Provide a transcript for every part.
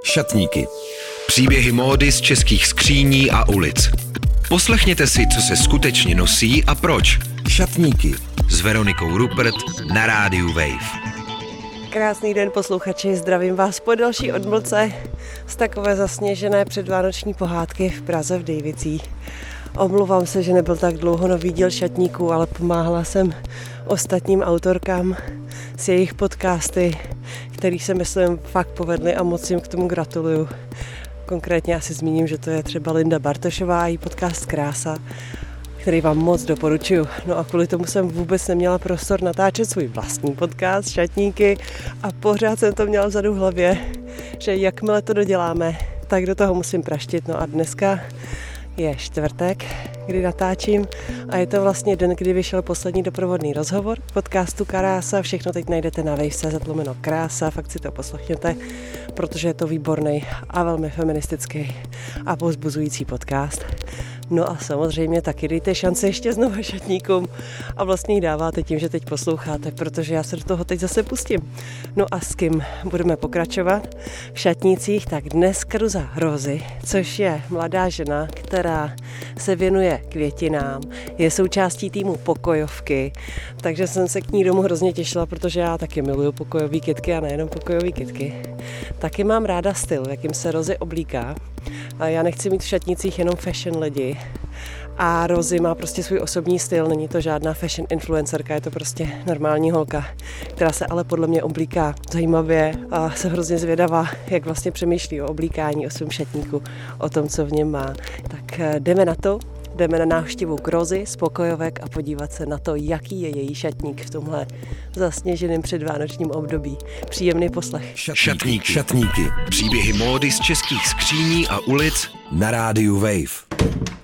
Šatníky. Příběhy módy z českých skříní a ulic. Poslechněte si, co se skutečně nosí a proč. Šatníky s Veronikou Rupert na rádiu Wave. Krásný den, posluchači, zdravím vás po další odmlce z takové zasněžené předvánoční pohádky v Praze v Dejvicích. Omluvám se, že nebyl tak dlouho nový díl Šatníků, ale pomáhala jsem ostatním autorkám s jejich podcasty, který se myslím fakt povedli a moc jim k tomu gratuluju. Konkrétně asi zmíním, že to je třeba Linda Bartošová a její podcast Krása, který vám moc doporučuju. No a kvůli tomu jsem vůbec neměla prostor natáčet svůj vlastní podcast Šatníky a pořád jsem to měla vzadu v hlavě, že jakmile to doděláme, tak do toho musím praštit. No a dneska je čtvrtek, kdy natáčím a je to vlastně den, kdy vyšel poslední doprovodný rozhovor podcastu Krása. Všechno teď najdete na wave.cz/krása, fakt si to poslechněte, protože je to výborný a velmi feministický a povzbuzující podcast. No a samozřejmě taky dejte šanci ještě znovu Šatníkům a vlastně ji dáváte tím, že teď posloucháte, protože já se do toho teď zase pustím. No a s kým budeme pokračovat v Šatnících, tak dneska jdu za Rozy, což je mladá žena, která se věnuje květinám, je součástí týmu Pokojovky, takže jsem se k ní domů hrozně těšila, protože já taky miluju pokojové kytky a nejenom pokojové kytky. Taky mám ráda styl, jakým se Rozy oblíká. A já nechci mít v Šatnících jenom fashion lidi. A Rozy má prostě svůj osobní styl, není to žádná fashion influencerka, je to prostě normální holka, která se ale podle mě oblíká zajímavě a jsem hrozně zvědavá, jak vlastně přemýšlí o oblíkání, o svém šatníku, o tom, co v něm má. Tak jdeme na to. Jdeme na návštěvu k Rozy z Pokojovek a podívat se na to, jaký je její šatník v tomhle zasněženém předvánočním období. Příjemný poslech. Šatníky. Příběhy módy z českých skříní a ulic na rádiu Wave.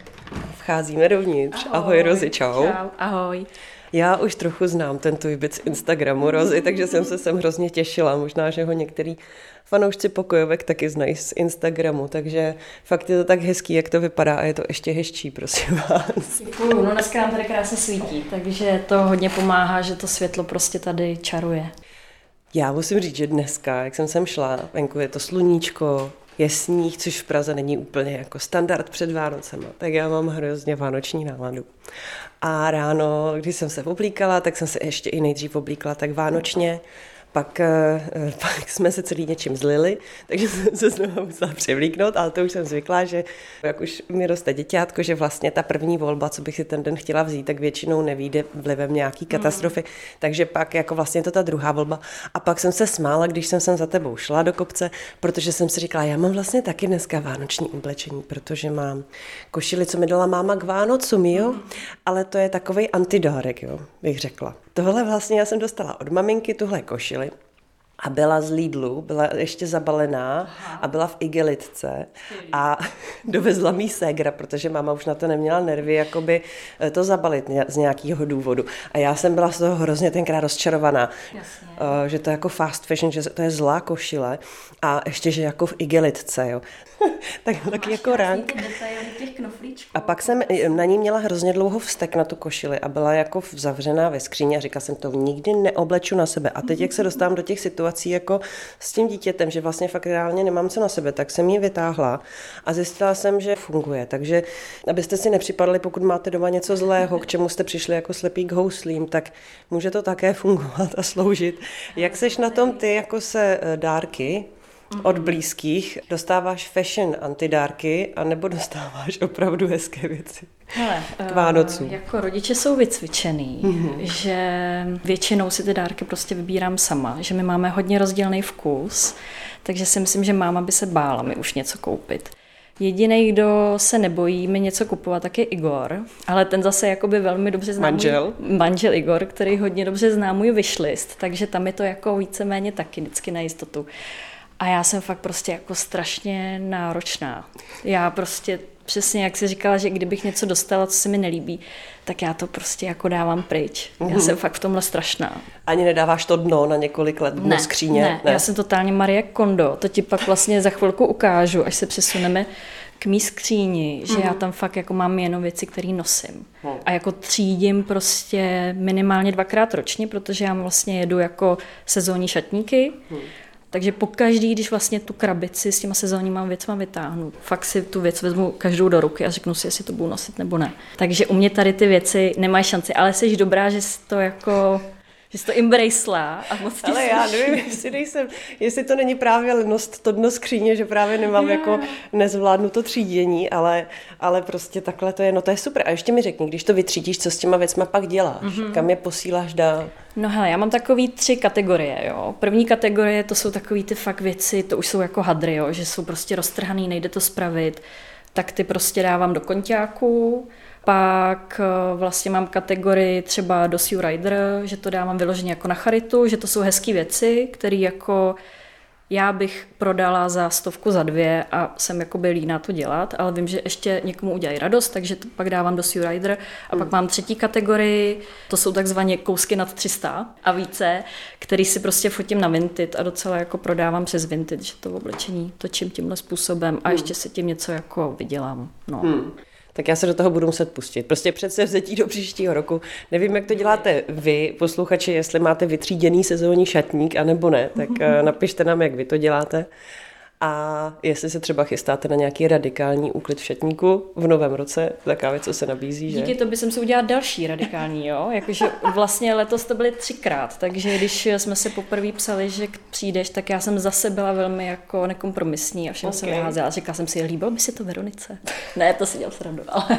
Vcházíme dovnitř. Ahoj Rozy, čau. Čau, ahoj. Já už trochu znám ten tvůj byt z Instagramu, Rozy, takže jsem se sem hrozně těšila. Možná, že ho některý fanoušci Pokojovek taky znají z Instagramu, takže fakt je to tak hezký, jak to vypadá a je to ještě hezčí, prosím vás. Děkuju, no dneska nám tady krásně svítí, takže to hodně pomáhá, že to světlo prostě tady čaruje. Já musím říct, že dneska, jak jsem sem šla, venku je to sluníčko, je sníh, což v Praze není úplně jako standard před Vánocema, tak já mám hrozně vánoční náladu. A ráno, když jsem se oblíkala, tak jsem se ještě i nejdřív oblíkala tak vánočně, pak jsme se celý něčím zlili, takže jsem se znovu musela převlíknout, ale to už jsem zvyklá, že jak už mi roste děťátko, že vlastně ta první volba, co bych si ten den chtěla vzít, tak většinou nevyjde vlivem nějaký katastrofy, takže pak jako vlastně to ta druhá volba. A pak jsem se smála, když jsem za tebou šla do kopce, protože jsem si říkala, já mám vlastně taky dneska vánoční oblečení, protože mám košili, co mi dala máma k Vánocům, jo? Ale to je takovej antidárek, jo, bych řekla. Tohle vlastně já jsem dostala od maminky, tuhle košili. A byla z Lidlu, byla ještě zabalená a byla v igelitce a dovezla mi ségra, protože máma už na to neměla nervy, jakoby to zabalit z nějakého důvodu. A já jsem byla z toho hrozně tenkrát rozčarovaná, že to je jako fast fashion, že to je zlá košile a ještě, že jako v igelitce, jo. tak jako rank. A pak jsem na ní měla hrozně dlouho vztek na tu košili a byla jako zavřená ve skříni a říkala jsem, to nikdy neobleču na sebe. A teď, jak se dostávám do těch situací jako s tím dítětem, že vlastně fakt reálně nemám co na sebe, tak jsem ji vytáhla a zjistila jsem, že funguje. Takže abyste si nepřipadli, pokud máte doma něco zlého, k čemu jste přišli jako slepý k houslím, tak může to také fungovat a sloužit. Jak seš na tom ty jako se dárky od blízkých? Dostáváš fashion antidárky anebo dostáváš opravdu hezké věci? Hele, k Vánocům? Jako rodiče jsou vycvičený, že většinou si ty dárky prostě vybírám sama, že my máme hodně rozdílný vkus, takže si myslím, že máma by se bála mi už něco koupit. Jediný, kdo se nebojí mi něco kupovat, tak je Igor, ale ten zase jakoby velmi dobře zná manžel Igor, který hodně dobře zná můj wishlist, takže tam je to jako víceméně taky vždycky na jistotu. A já jsem fakt prostě jako strašně náročná. Já prostě přesně, jak jsi říkala, že kdybych něco dostala, co se mi nelíbí, tak já to prostě jako dávám pryč. Já jsem fakt v tomhle strašná. Ani nedáváš to dno na několik let do skříně? Ne, já jsem totálně Marie Kondo. To ti pak vlastně za chvilku ukážu, až se přesuneme k mý skříni, že já tam fakt jako mám jenom věci, které nosím. A jako třídím prostě minimálně 2krát ročně, protože já vlastně jedu jako sezónní šatníky. Takže pokaždý, když vlastně tu krabici s těma sezónníma věcma vytáhnu, fakt si tu věc vezmu každou do ruky a řeknu si, jestli to budu nosit nebo ne. Takže u mě tady ty věci nemají šanci, ale jsi dobrá, že jsi to jako... že jsi to embracela a moc ti ale já nevím, jestli to není právě lenost to dno skříně, že právě nemám jako nezvládnu to třídění, ale prostě takhle to je, no to je super. A ještě mi řekni, když to vytřídíš, co s těma věcma pak děláš? Kam je posíláš dál? No hele, já mám takový 3 kategorie, jo. První kategorie, to jsou takový ty fakt věci, to už jsou jako hadry, jo, že jsou prostě roztrhaný, nejde to spravit, tak ty prostě dávám do konťáku. Pak vlastně mám kategorii třeba do Sea Rider, že to dávám vyloženě jako na charitu, že to jsou hezké věci, které jako já bych prodala za 100 za 2 a jsem jakoby líná to dělat, ale vím, že ještě někomu udělají radost, takže to pak dávám do Sea Rider. A pak mám 3. kategorii, to jsou takzvané kousky nad 300 a více, který si prostě fotím na Vinted a docela jako prodávám přes Vinted, že to oblečení točím tímhle způsobem a ještě si tím něco jako vydělám. No. Tak já se do toho budu muset pustit. Prostě předsevzetí do příštího roku. Nevím, jak to děláte vy, posluchači, jestli máte vytříděný sezónní šatník, anebo ne, tak napište nám, jak vy to děláte. A jestli se třeba chystáte na nějaký radikální úklid v šatníku v novém roce, taková věc, co se nabízí, že? Díky to by jsem si udělat další radikální, jo? Jakože vlastně letos to byly 3krát, takže když jsme se poprvé psali, že přijdeš, tak já jsem zase byla velmi jako nekompromisní a všem jsem vyházela. Řekla jsem si, líbilo by si to Veronice? Ne, to si dělám srandu,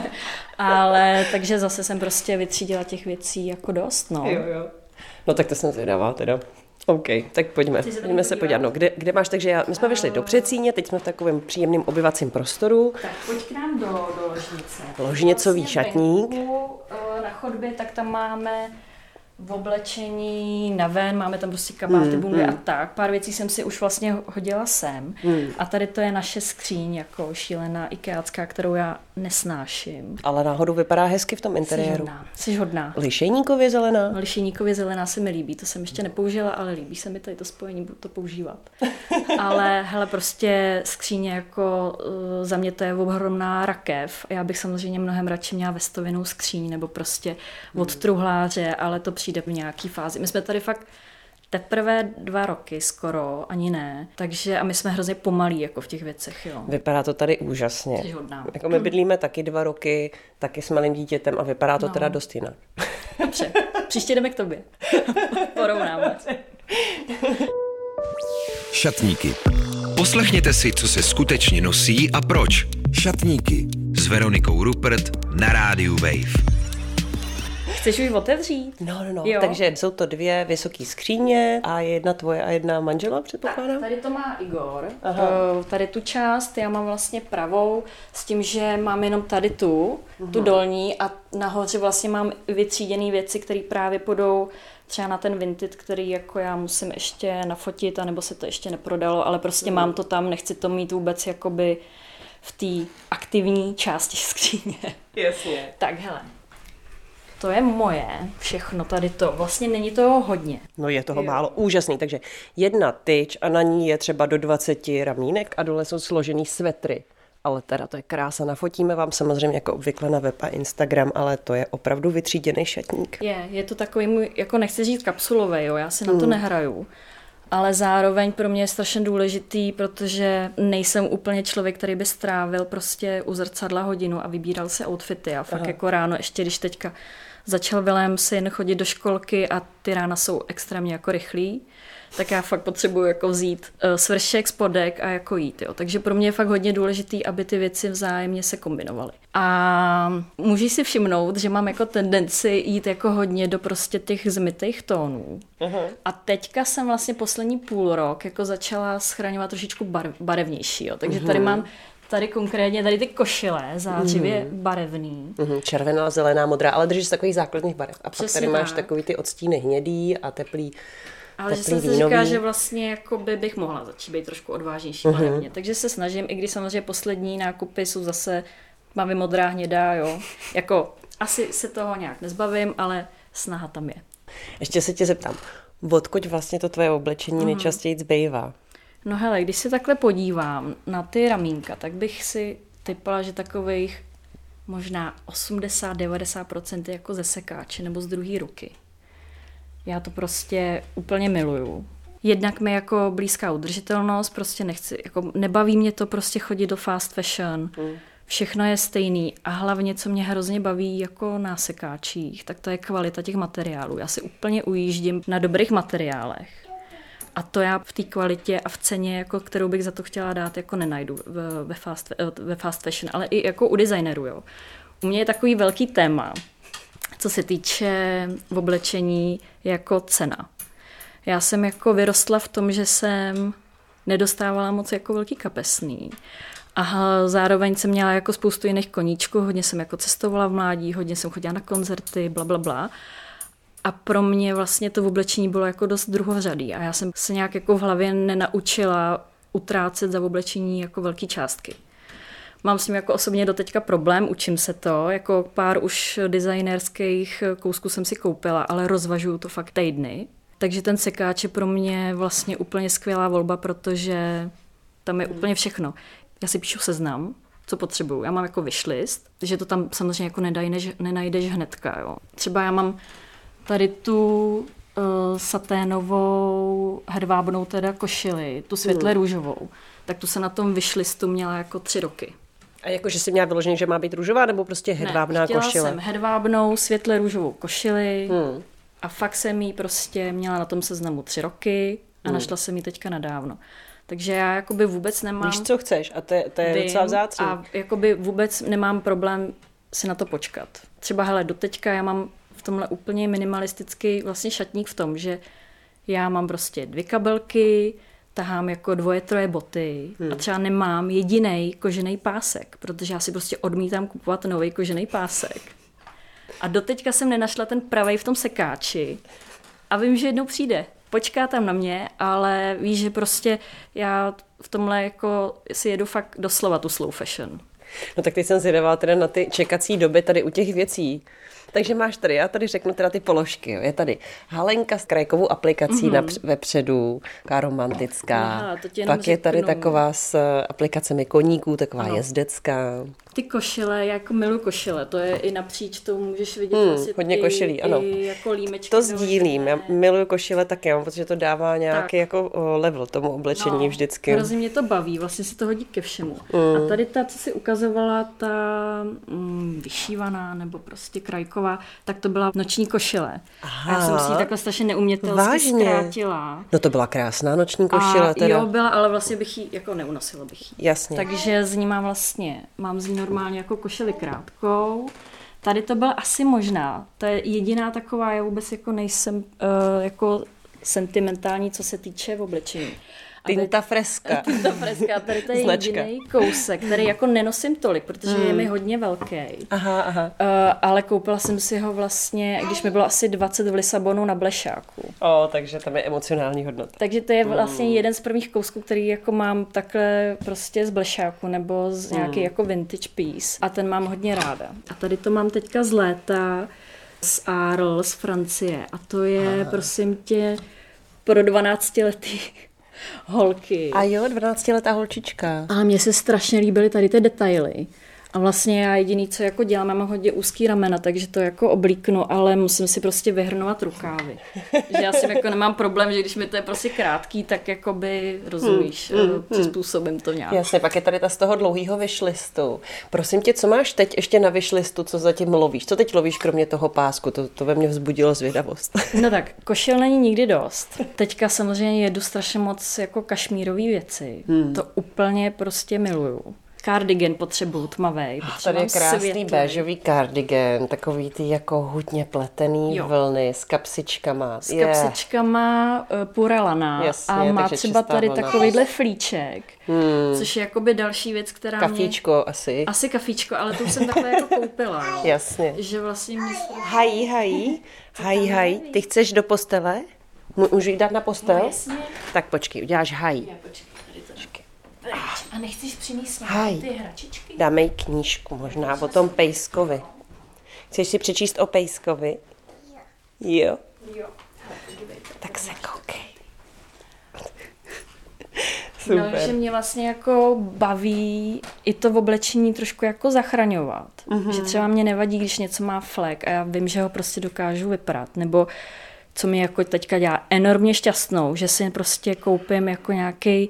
ale takže zase jsem prostě vytřídila těch věcí jako dost, no. Jo. No tak to jsem zvědavá teda. OK, tak pojďme se podívat. No, kde máš, takže my jsme vyšli do Přecíně, teď jsme v takovém příjemném obyvacím prostoru. Tak pojď k nám do ložnice. Ložnicový vlastně šatník. Na chodbě, tak tam máme v oblečení na ven, máme tam prostě kabáty, bungy a tak. Pár věcí jsem si už vlastně hodila sem. A tady to je naše skříň, jako šílená ikeácká, kterou já nesnáším. Ale náhodou vypadá hezky v tom interiéru. Jsi hodná. Lišejníkově zelená? No, lišejníkově zelená se mi líbí, to jsem ještě nepoužila, ale líbí se mi tady to spojení, budu to používat. Ale hele, prostě skříně jako za mě to je ohromná rakev. Já bych samozřejmě mnohem radši měla vestovinou skříň nebo prostě od truhláře, ale to přijde v nějaký fázi. My jsme tady fakt teprve 2 roky skoro, ani ne, takže a my jsme hrozně pomalí jako v těch věcech, jo. Vypadá to tady úžasně. Jsi hodná. Jako my bydlíme taky 2 roky, taky s malým dítětem a vypadá to teda dost jinak. Dobře, příště jdeme k tobě. Porovnáme. Šatníky. Poslechněte si, co se skutečně nosí a proč. Šatníky s Veronikou Rupert na rádiu Wave. Chceš už otevřít? No. Takže jsou to 2 vysoké skříně a jedna tvoje a jedna manžela, předpokládám? Tady to má Igor. Tady tu část já mám vlastně pravou s tím, že mám jenom tady tu dolní a nahoře vlastně mám vytříděné věci, které právě půjdou třeba na ten Vinted, který jako já musím ještě nafotit, anebo se to ještě neprodalo, ale prostě mám to tam, nechci to mít vůbec jakoby v té aktivní části skříně. Jasně. Tak hele. To je moje, všechno tady to. Vlastně není toho hodně. No je toho málo, úžasný. Takže jedna tyč a na ní je třeba do 20 ramínek a dole jsou složený svetry. Ale teda to je krása, nafotíme vám samozřejmě jako obvykle na web a Instagram, ale to je opravdu vytříděný šatník. Je to takový můj, jako nechci říct kapsulový, jo, já si na to nehraju. Ale zároveň pro mě je strašně důležitý, protože nejsem úplně člověk, který by strávil prostě u zrcadla hodinu a vybíral si outfity. A fakt jako ráno, ještě když teďka začal Vilém syn chodit do školky a ty rána jsou extrémně jako rychlý, tak já fakt potřebuju jako vzít svršek, spodek a jako jít. Jo. Takže pro mě je fakt hodně důležitý, aby ty věci vzájemně se kombinovaly. A můžeš si všimnout, že mám jako tendenci jít jako hodně do prostě těch zmytých tónů. A teďka jsem vlastně poslední půl rok jako začala schraňovat trošičku barevnější. Jo. Takže tady mám konkrétně tady ty košile zářivě barevný. Červená, zelená, modrá, ale držíš takových základních barev. A pak tady máš takový ty odstíny hnědý a teplý. Ale že jsem si říká, že vlastně jako bych mohla začít být trošku odvážnější barevně. Takže se snažím, i když samozřejmě poslední nákupy jsou zase tmavě modrá, hnědá, jo. Jako asi se toho nějak nezbavím, ale snaha tam je. Ještě se tě zeptám, odkud vlastně to tvoje oblečení nejčastěji zbývá? No hele, když se takhle podívám na ty ramínka, tak bych si typala, že takových možná 80-90% je jako ze sekáče nebo z druhé ruky. Já to prostě úplně miluju. Jednak mi jako blízká udržitelnost, prostě nechci, jako nebaví mě to prostě chodit do fast fashion. Všechno je stejný a hlavně, co mě hrozně baví jako na sekáčích, tak to je kvalita těch materiálů. Já si úplně ujíždím na dobrých materiálech. A to já v té kvalitě a v ceně, jako, kterou bych za to chtěla dát, jako nenajdu ve fast fashion, ale i jako u designerů. Jo. U mě je takový velký téma, co se týče oblečení, jako cena. Já jsem jako vyrostla v tom, že jsem nedostávala moc jako velký kapesný. A zároveň jsem měla jako spoustu jiných koníčků, hodně jsem jako cestovala v mládí, hodně jsem chodila na koncerty, blablabla. A pro mě vlastně to oblečení bylo jako dost druhořadý a já jsem se nějak jako v hlavě nenaučila utrácet za oblečení jako velký částky. Mám s tím jako osobně doteďka problém, učím se to, jako pár už designerských kousků jsem si koupila, ale rozvažuju to fakt týdny. Takže ten sekáč je pro mě vlastně úplně skvělá volba, protože tam je úplně všechno. Já si píšu seznam, co potřebuju. Já mám jako wishlist, že to tam samozřejmě jako nenajdeš hnedka. Jo. Třeba já mám tady tu saténovou hedvábnou teda košili, tu světle růžovou, tak tu se na tom wishlistu měla jako 3 roky. A jakože jsi měla vyloženě, že má být růžová, nebo prostě hedvábná košile? Chtěla jsem hedvábnou, světle růžovou košili a fakt jsem jí prostě měla na tom seznamu 3 roky a našla jsem ji teďka nedávno. Takže já jakoby vůbec nemám... Víš, co chceš a to je docela vzácný. A jakoby vůbec nemám problém si na to počkat. Třeba hele, doteďka já mám v tomhle úplně minimalistický vlastně šatník v tom, že já mám prostě 2 kabelky, tahám jako 2, 3 boty a třeba nemám jedinej kožený pásek, protože já si prostě odmítám kupovat nový kožený pásek. A doteďka jsem nenašla ten pravej v tom sekáči a vím, že jednou přijde. Počká tam na mě, ale víš, že prostě já v tomhle jako si jedu fakt doslova tu slow fashion. No tak teď jsem zvědavá teda na ty čekací doby tady u těch věcí. Takže máš tady, já tady řeknu teda ty položky. Jo. Je tady halenka s krajkovou aplikací vepředu, taková romantická. Aha, pak je tady taková s aplikacemi koníků, taková jezdecká. Ty košile, já jako miluji košile, to je i napříč, to můžeš vidět vlastně hodně košilí, ano. I jako límečky. To sdílím, já miluji košile taky, protože to dává nějaký jako level tomu oblečení vždycky. Hrozně mě to baví, vlastně se to hodí ke všemu. A tady ta, co si ukazovala, ta vyšívaná nebo prostě krajková, tak to byla noční košile. Aha. A já jsem si ji takhle strašně neumětelsky zkrátila. No to byla krásná noční košile. Teda. Jo, byla, ale vlastně bych ji, jako neunosila bych ji. Jasně. Takže z ní mám z ní normálně jako košili krátkou. Tady to byla asi možná. To je jediná taková, já vůbec jako nejsem jako sentimentální, co se týče oblečení. Tinta freska. Tinta freska, tady to je jediný kousek, který jako nenosím tolik, protože je mi hodně velký. Aha. Ale koupila jsem si ho vlastně, když mi bylo asi 20 v Lisabonu na blešáku. Takže tam je emocionální hodnota. Takže to je vlastně jeden z prvních kousků, který jako mám takhle prostě z blešáku nebo z nějaký jako vintage piece. A ten mám hodně ráda. A tady to mám teďka z léta z Arles z Francie. A to je, prosím tě, pro 12letý holky. A jo, 12letá holčička. A mně se strašně líbily tady ty detaily. A vlastně já jediný, co jako dělám, já mám hodně úzký ramena, takže to jako oblíknu, ale musím si prostě vyhrnovat rukávy. Že já si jako nemám problém, že když mi to je prostě krátký, tak jakoby, rozumíš, přizpůsobím to nějak. Jasně, pak je tady ta z toho dlouhého wishlistu. Prosím tě, co máš teď ještě na wishlistu, co zatím lovíš? Co teď lovíš kromě toho pásku? To ve mně vzbudilo zvědavost. No tak, košil není nikdy dost. Teďka samozřejmě jedu strašně moc jako kašmírový věci. To úplně prostě miluju. Kardigan potřebuju tmavej. Tady je krásný béžový kardigan, takový ty jako hodně pletený vlny s kapsičkama. S kapsičkama pura lana. Jasně, a má třeba tady takovýhle flíček, což je jakoby další věc, která kafíčko asi. Asi kafíčko, ale to už jsem takhle jako koupila. Jo. Jasně. Že vlastně mě Hají. Ty chceš do postele? Můžu jít dát na postel? No, jasně. Tak počkej, uděláš hají. A nechceš přinést nějaké ty hračičky? Dáme jí knížku, možná o tom pejskovi. Chceš si přečíst o pejskovi? Jo. Tak se koukej. Super. No, že mě vlastně jako baví i to oblečení trošku jako zachraňovat. Že třeba mě nevadí, když něco má flek a já vím, že ho prostě dokážu vyprat. Nebo co mi jako teďka dělá enormně šťastnou, že si prostě koupím jako nějaký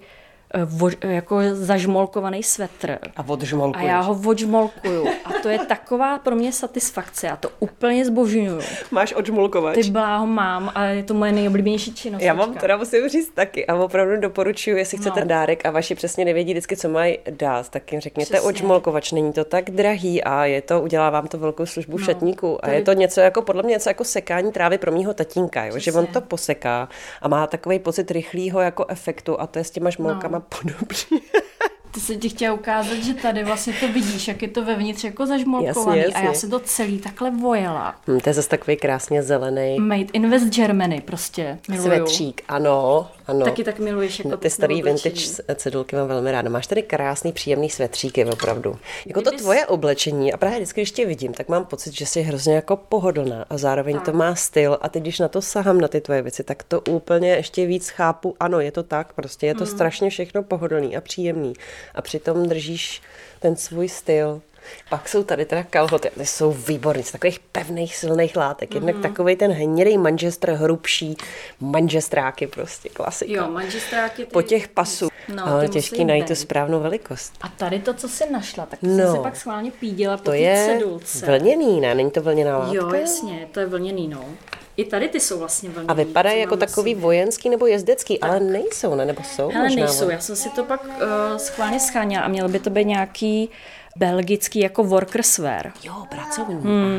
jako zažmolkovaný svetr. A odžmolkuješ. A já ho odžmolkuju. A to je taková pro mě satisfakce. Já to úplně zbožňuju. Máš odžmolkovač? Ty bláho mám a je to moje nejoblíbenější činnost. Já mám teda, musím říct taky a opravdu doporučuji, jestli chcete dárek a vaši přesně nevědí vždycky, co mají dát, tak jim řekněte přesně. Odžmolkovač, není to tak drahý a udělá vám to velkou službu v šatníku a je to něco jako, podle mě něco jako sekání trávy pro mýho tatínka, jo? Že on to poseká a má takový pocit rychlýho jako efektu a to je s těma žmolkama podobný. Ty se ti chtěla ukázat, že tady vlastně to vidíš, jak je to vevnitř jako zažmolkovaný. Jasně. A já se to celý takhle vojela. To je zase takový krásně zelený. Made in West Germany prostě miluju. Svetřík, ano. Taky tak miluješ. Jako ty starý vintage cedulky mám velmi ráda. Máš tady krásný, příjemný svetříky, opravdu. Jako to tvoje oblečení a právě vždycky, když tě vidím, tak mám pocit, že jsi hrozně jako pohodlná a zároveň to má styl a teď, když na to sahám na ty tvoje věci, tak to úplně ještě víc chápu. Ano, je to tak, prostě je to strašně všechno pohodlný a příjemný. A přitom držíš ten svůj styl. Pak jsou tady teda kalhoty, ty jsou výborný, z takových pevných, silných látek. Jednak takovej ten hnědý manchester, hrubší manchestráky, prostě klasika. Jo, manchestráky. Po těch pasů. Ale těžký najít tu správnou velikost. A tady to, co jsi našla, tak to jsem si pak schválně pídila po té cedulce. To je vlněný, ne? Není to vlněná látka? Jo, jasně, to je vlněný, no. I tady ty jsou vlastně vlněný. A vypadají jako takový vojenský nebo jezdecký, tak. Ale nejsou, ne? Nebo jsou? Hele, nejsou, já jsem si to pak schválně scháněla a mělo by to být nějaký belgický jako workerswear. Jo, pracovní.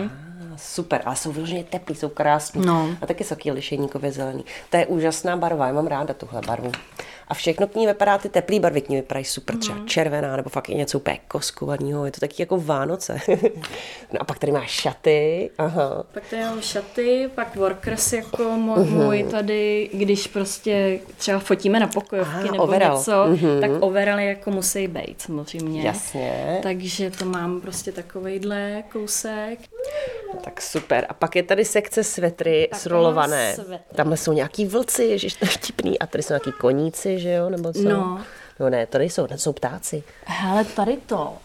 Super, ale jsou vyloženě teplý, jsou krásný. No. A taky jsou taky lišejníkově zelený. To je úžasná barva, já mám ráda tuhle barvu. A všechno k ní vypadá, ty teplý barvy k ní vypadají super, třeba červená, nebo fakt i něco úplně koskovaného, je to taky jako Vánoce. No a pak tady máš šaty. Aha. Pak tady mám šaty, pak workers jako můj tady, když prostě třeba fotíme na pokojovky nebo overall. Něco, tak overally jako musí být samozřejmě. Jasně. Takže to mám prostě takovejhle kousek. No, tak super. A pak je tady sekce svetry srolované. Tamhle jsou nějaký vlci, ježiš, to je vtipný. A tady jsou nějaký koníci, že jo, nebo co? No ne, tady jsou ptáci. Hele, tady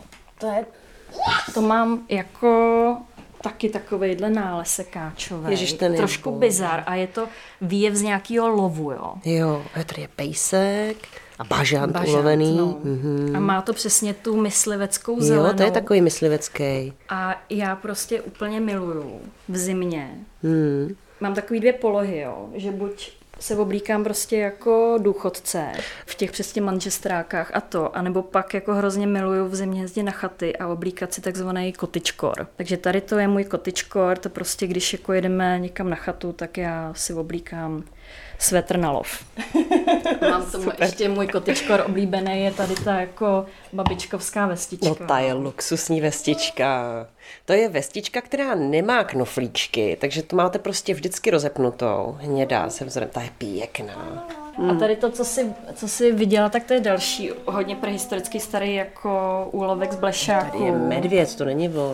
to mám jako taky takovejhle nález sekáčovej. Ježiš, ten trošku bizar a je to výjev z nějakého lovu, jo. Jo, a tady je pejsek a bažant ulovený. No. A má to přesně tu mysliveckou zelenou. Jo, to je takový myslivecký. A já prostě úplně miluju v zimě. Mám takový 2 polohy, jo, že buď se oblíkám prostě jako důchodce v těch přesně manchestrákách a to, anebo pak jako hrozně miluju v zimě jezdit na chaty a oblíkat si takzvaný cottagecore. Takže tady to je můj cottagecore, to prostě když jako jedeme někam na chatu, tak já si oblíkám svetr na lov. Mám tomu ještě můj cottagecore oblíbený, je tady ta jako babičkovská vestička. No ta je luxusní vestička. To je vestička, která nemá knoflíčky, takže to máte prostě vždycky rozepnutou. Hnědá se vzorem, ta je pěkná. A tady to, co jsi viděla, tak to je další hodně prehistorický starý jako úlovek z blešáku. Tady je medvěd, to není vlk.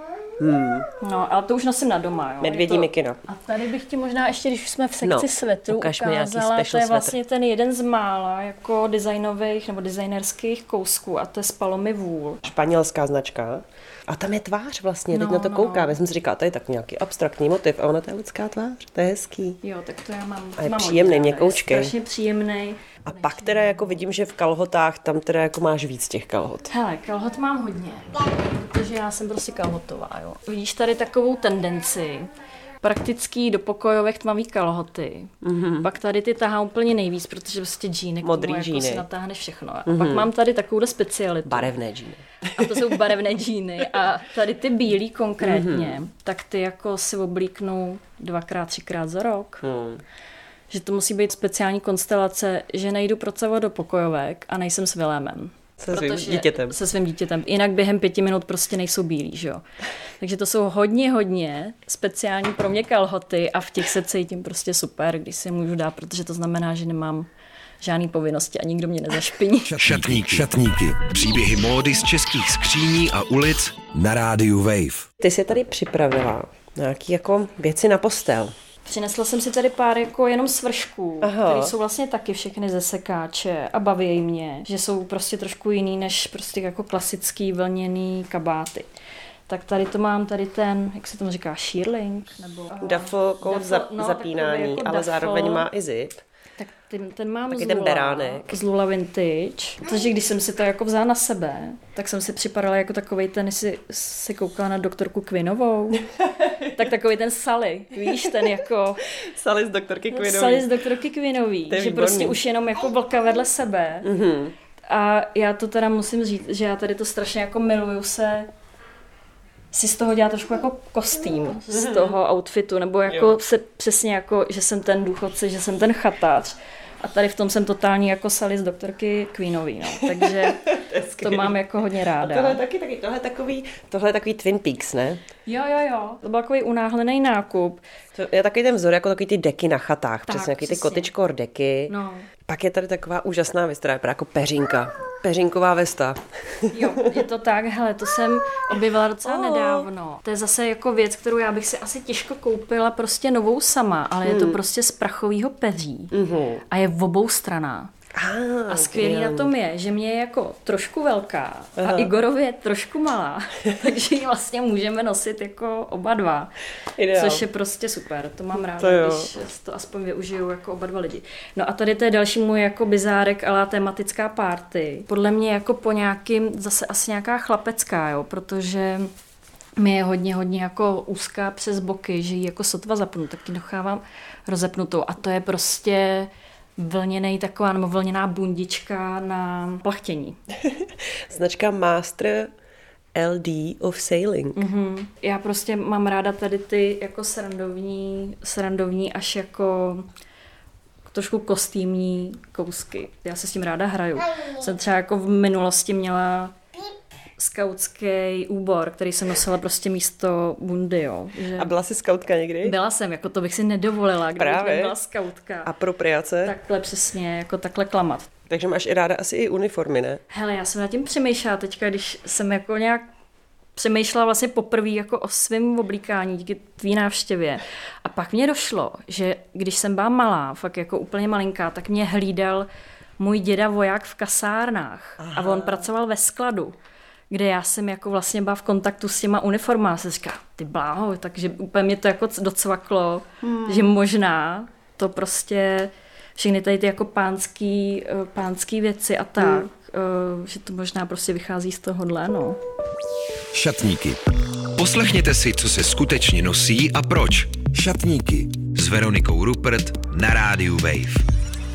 No, ale to už nosím na doma, jo. Medvědí mikino. A tady bych ti možná ještě, když jsme v sekci svetru ukázala, to je vlastně ten jeden z mála jako designových nebo designerských kousků a to je z Palommy Wool. Španělská značka. A tam je tvář vlastně, teď na to koukám. Já jsem si říkala, to je tak nějaký abstraktní motiv a ona to je lidská tvář, to je hezký. Jo, tak to já mám. A je příjemný, měkoučkej. Strašně příjemný. A pak teda jako vidím, že v kalhotách tam teda jako máš víc těch kalhot. Hele, kalhot mám hodně, protože já jsem prostě kalhotová, jo. Vidíš tady takovou tendenci, praktický do pokojovek tmavý kalhoty. Pak tady ty tahám úplně nejvíc, protože prostě džíny, modrý jako džíny. si natáhneš všechno. A pak mám tady takovouhle specialitu. Barevné džíny. A to jsou barevné džíny. A tady ty bílý konkrétně, tak ty jako si oblíknu 2x, 3x za rok. Že to musí být speciální konstelace, že nejdu procavovat do pokojovek a nejsem s Vilémem. Se svým dítětem. Se svým dítětem. Jinak během 5 minut prostě nejsou bílí, že jo. Takže to jsou hodně speciální pro mě kalhoty a v těch se cítím prostě super, když si je můžu dát, protože to znamená, že nemám žádný povinnosti a nikdo mě nezašpiní. Šatníky. Příběhy módy z českých skříní a ulic na rádiu Wave. Ty jsi tady připravila nějaký jako věci na postel. Přinesla jsem si tady pár jako jenom svršků, které jsou vlastně taky všechny ze sekáče a baví mě, že jsou prostě trošku jiný než prostě jako klasický vlněný kabáty. Tak tady to mám, tady ten, jak se tomu říká, shearling? Nebo Duffel coat zapínání, jako ale duffel. zároveň má i zip. Tak ten mám taky z ten Lula, beránek. z Lula Vintage. Takže když jsem si to jako vzala na sebe, tak jsem si připadala jako takovej ten, jestli si koukala na doktorku Quinnovou, tak takovej ten Sally, víš, ten jako... Sally z doktorky Quinnový. Sally z doktorky Quinnový, že prostě už jenom jako vlka vedle sebe. Mm-hmm. A já to teda musím říct, že já tady to strašně jako miluju si z toho dělat trošku jako kostým, z toho outfitu, nebo jako se přesně jako, že jsem ten důchodce, že jsem ten chatář. A tady v tom jsem totální jako Sally z doktorky Queenový, no. Takže to mám jako hodně ráda. Tohle je takový Twin Peaks, ne? Jo. To byl takový unáhlený nákup. To je takový ten vzor, jako takový ty deky na chatách, Tak, přesně, takový ty přesně. cottagecore deky. No. Pak je tady taková úžasná věc, která je jako peřinka. Peřinková vesta. Jo, je to tak, hele, to jsem objevila docela nedávno. To je zase jako věc, kterou já bych si asi těžko koupila prostě novou sama, ale je to prostě z prachového peří a je v obou stranách. A skvělý na tom je, že mě je jako trošku velká a Igorově je trošku malá, takže ji vlastně můžeme nosit jako oba dva, což je prostě super, to mám ráda, když to aspoň využiju jako oba dva lidi. No a tady to je další můj jako bizárek ale tematická party. Podle mě jako po nějakým, zase asi nějaká chlapecká, jo, protože mi je hodně jako úzká přes boky, že ji jako sotva zapnu, tak ji dochávám rozepnutou a to je prostě vlněnej taková, nebo vlněná bundička na plachtění. Značka Master LD of Sailing. Mm-hmm. Já prostě mám ráda tady ty jako srandovní až jako trošku kostýmní kousky. Já se s tím ráda hraju. Jsem třeba jako v minulosti měla skautský úbor, který jsem nosila prostě místo bundy, jo. Že... A byla jsi skautka někdy? Byla jsem, jako to bych si nedovolila, kdybych nebyla skautka. Apropriace? Takhle přesně, jako takhle klamat. Takže máš i ráda asi i uniformy, ne? Hele, já jsem nad tím přemýšlela teďka, když jsem jako nějak přemýšlela vlastně poprvé jako o svém oblíkání díky tvý návštěvě. A pak mě došlo, že když jsem byla malá, fakt jako úplně malinká, tak mě hlídal můj děda voják v kasárnách. Aha. A on pracoval ve skladu, kde já jsem jako vlastně byla v kontaktu s těma uniformama. Se říká, ty bláho, takže úplně mě to jako docvaklo, že možná to prostě všechny tady ty jako pánský věci a tak, že to možná prostě vychází z tohohle, no. Šatníky. Poslechněte si, co se skutečně nosí a proč. Šatníky s Veronikou Rupert na rádiu Wave.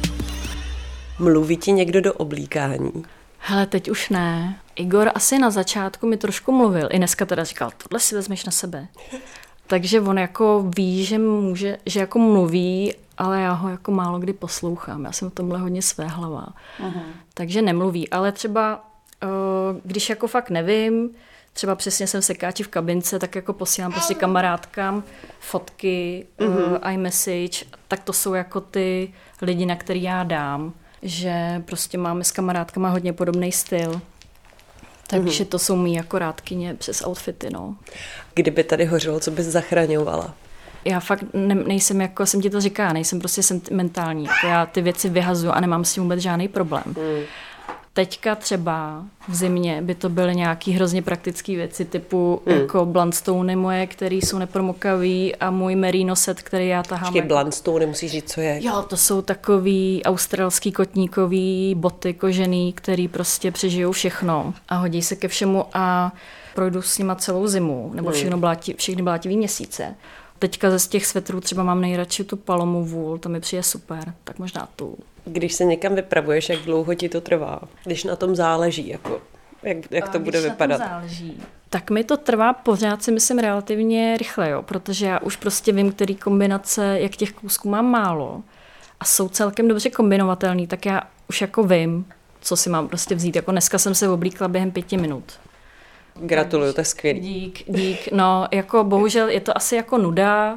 Mluví ti někdo do oblíkání? Hele, teď už ne. Igor asi na začátku mi trošku mluvil. I dneska teda říkal, tohle si vezmeš na sebe. Takže on jako ví, že může, že jako mluví, ale já ho jako málo kdy poslouchám. Já jsem v tomhle hodně svéhlavá. Takže nemluví. Ale třeba, když jako fakt nevím, třeba přesně jsem v sekáči v kabince, tak jako posílám prostě kamarádkám fotky, iMessage, tak to jsou jako ty lidi, na který já dám, že prostě máme s kamarádkama hodně podobný styl. Takže to jsou mý jako rádkyně přes outfity, no. Kdyby tady hořelo, co bys zachraňovala? Já fakt nejsem, jako jsem ti to říká, nejsem prostě sentimentální. Jako já ty věci vyhazuju a nemám s tím vůbec žádný problém. Teďka třeba v zimě by to byly nějaký hrozně praktické věci, typu jako Blundstony moje, které jsou nepromokavý a můj merino set, který já tahám. Počkej, Blundstony, musíš říct, co je. Jo, to jsou takový australský kotníkový boty kožený, který prostě přežijou všechno a hodí se ke všemu a projdu s nima celou zimu, nebo všechny blátivý měsíce. Teďka z těch svetrů třeba mám nejradši tu Palomu vůl, to mi přijde super, tak možná tu. Když se někam vypravuješ, jak dlouho ti to trvá? Když na tom záleží, jako, jak to bude vypadat? Na tom záleží. Tak mi to trvá pořád si myslím relativně rychle, jo, protože já už prostě vím, který kombinace, jak těch kousků mám málo a jsou celkem dobře kombinovatelný, tak já už jako vím, co si mám prostě vzít. Jako dneska jsem se oblíkla během 5 minut. Gratuluju, to je skvělý. Dík. No, jako bohužel je to asi jako nuda,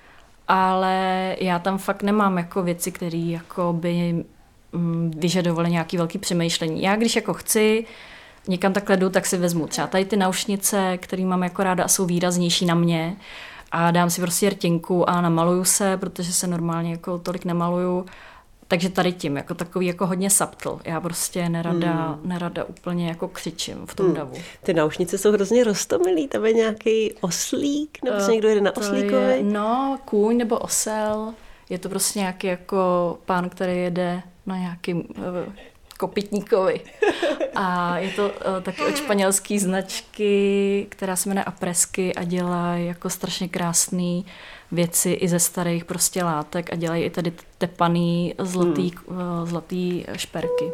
ale já tam fakt nemám jako věci, které jako by vyžadovaly nějaký velký přemýšlení. Já když jako chci někam takhle jdu, tak si vezmu třeba tady ty naušnice, které mám jako ráda a jsou výraznější na mě a dám si prostě rtěnku a namaluju se, protože se normálně jako tolik nemaluju. Takže tady tím, jako takový jako hodně subtle. Já prostě nerada úplně jako křičím v tom davu. Ty náušnice jsou hrozně roztomilý, tam je nějaký oslík, nebo prostě někdo jede na oslíkovi? No, kůň nebo osel. Je to prostě nějaký jako pán, který jede na nějakým kopytníkovi. A je to taky od španělské značky, která se jmenuje Apresky a dělá jako strašně krásný věci i ze starých prostě látek a dělají i tady tepaný zlatý šperky.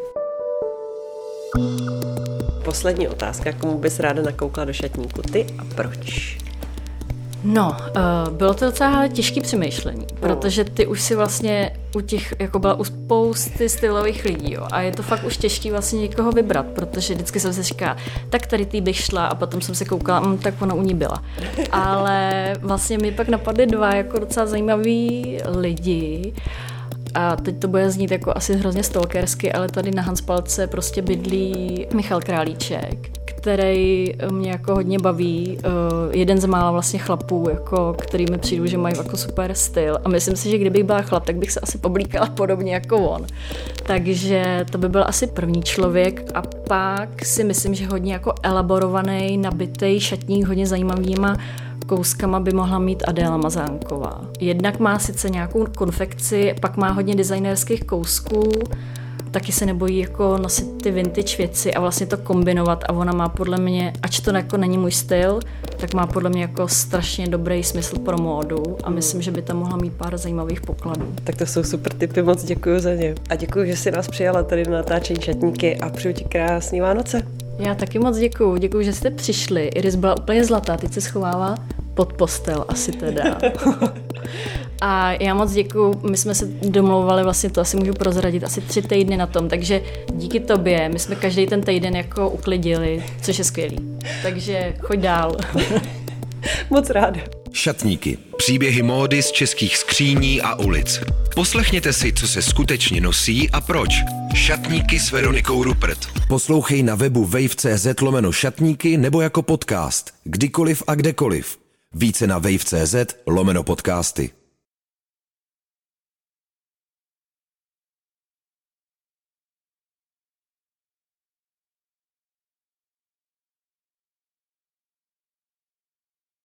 Poslední otázka, komu bys ráda nakoukla do šatníku? Ty a proč? No, bylo to docela těžké přemýšlení, protože ty už si vlastně jako byla u spousty stylových lidí, jo, a je to fakt už těžké vlastně někoho vybrat, protože vždycky jsem si říkala, tak tady ty bych šla a potom jsem se koukala, tak ona u ní byla. Ale vlastně mi pak napadly dva jako docela zajímaví lidi. A teď to bude znít jako asi hrozně stalkersky, ale tady na Hanspalce prostě bydlí Michal Králíček, který mě jako hodně baví. Jeden z mála vlastně chlapů, jako, který mi přijdu, že mají jako super styl. A myslím si, že kdybych byla chlap, tak bych se asi oblíkala podobně jako on. Takže to by byl asi první člověk. A pak si myslím, že hodně jako elaborovaný, nabitej šatník, hodně zajímavýma kouskama by mohla mít Adéla Mazánková. Jednak má sice nějakou konfekci, pak má hodně designerských kousků, taky se nebojí jako nosit ty vintage věci a vlastně to kombinovat a ona má podle mě, ač to jako není můj styl, tak má podle mě jako strašně dobrý smysl pro módu a myslím, že by tam mohla mít pár zajímavých pokladů. Tak to jsou super tipy, moc děkuji za ně. A děkuji, že jsi nás přijala tady na natáčení šatníky a přeju ti krásný Vánoce. Já taky moc děkuji, že jste přišli. Iris byla úplně zlatá, teď se schovává pod postel asi teda. A já moc děkuju, my jsme se domlouvali, vlastně to asi můžu prozradit, asi 3 týdny na tom, takže díky tobě, my jsme každý ten týden jako uklidili, což je skvělý. Takže choď dál. Moc ráda. Šatníky. Příběhy módy z českých skříní a ulic. Poslechněte si, co se skutečně nosí a proč. Šatníky s Veronikou Rupert. Poslouchej na webu wave.cz/šatníky nebo jako podcast. Kdykoliv a kdekoliv. Více na wave.cz/podcasty.